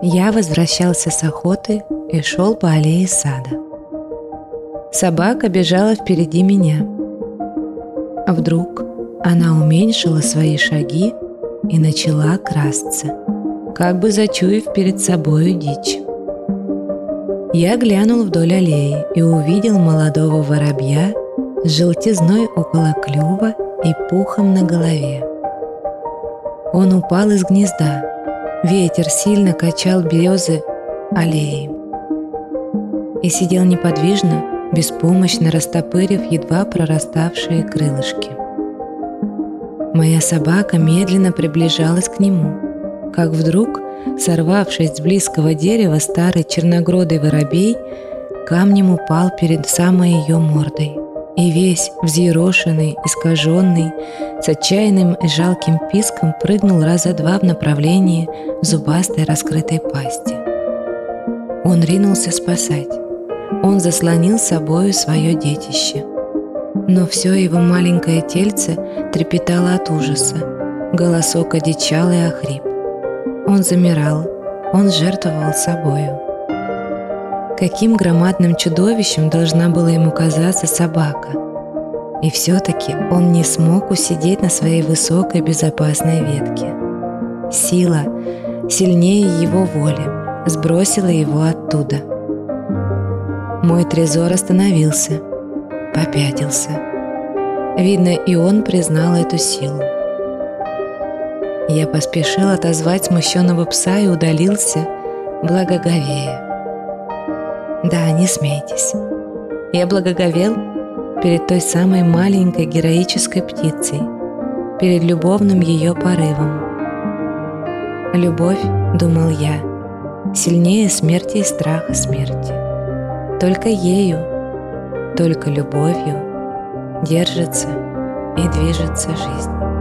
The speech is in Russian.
Я возвращался с охоты и шел по аллее сада. Собака бежала впереди меня. А вдруг она уменьшила свои шаги и начала красться, как бы зачуяв перед собою дичь. Я глянул вдоль аллеи и увидел молодого воробья с желтизной около клюва и пухом на голове. Он упал из гнезда. Ветер сильно качал березы аллеи и сидел неподвижно, беспомощно растопырив едва прораставшие крылышки. Моя собака медленно приближалась к нему, как вдруг, сорвавшись с близкого дерева, старый черногрудый воробей камнем упал перед самой ее мордой, и весь взъерошенный, искаженный, с отчаянным и жалким писком прыгнул раза два в направлении зубастой раскрытой пасти. Он ринулся спасать. Он заслонил собою свое детище. Но все его маленькое тельце трепетало от ужаса, голосок одичал и охрип. Он замирал, он жертвовал собою. Каким громадным чудовищем должна была ему казаться собака. И все-таки он не смог усидеть на своей высокой безопасной ветке. Сила, сильнее его воли, сбросила его оттуда. Мой трезор остановился, попятился. Видно, и он признал эту силу. Я поспешил отозвать смущенного пса и удалился, благоговея. Да, не смейтесь. Я благоговел перед той самой маленькой героической птицей, перед любовным ее порывом. Любовь, думал я, сильнее смерти и страха смерти. Только ею, только любовью держится и движется жизнь.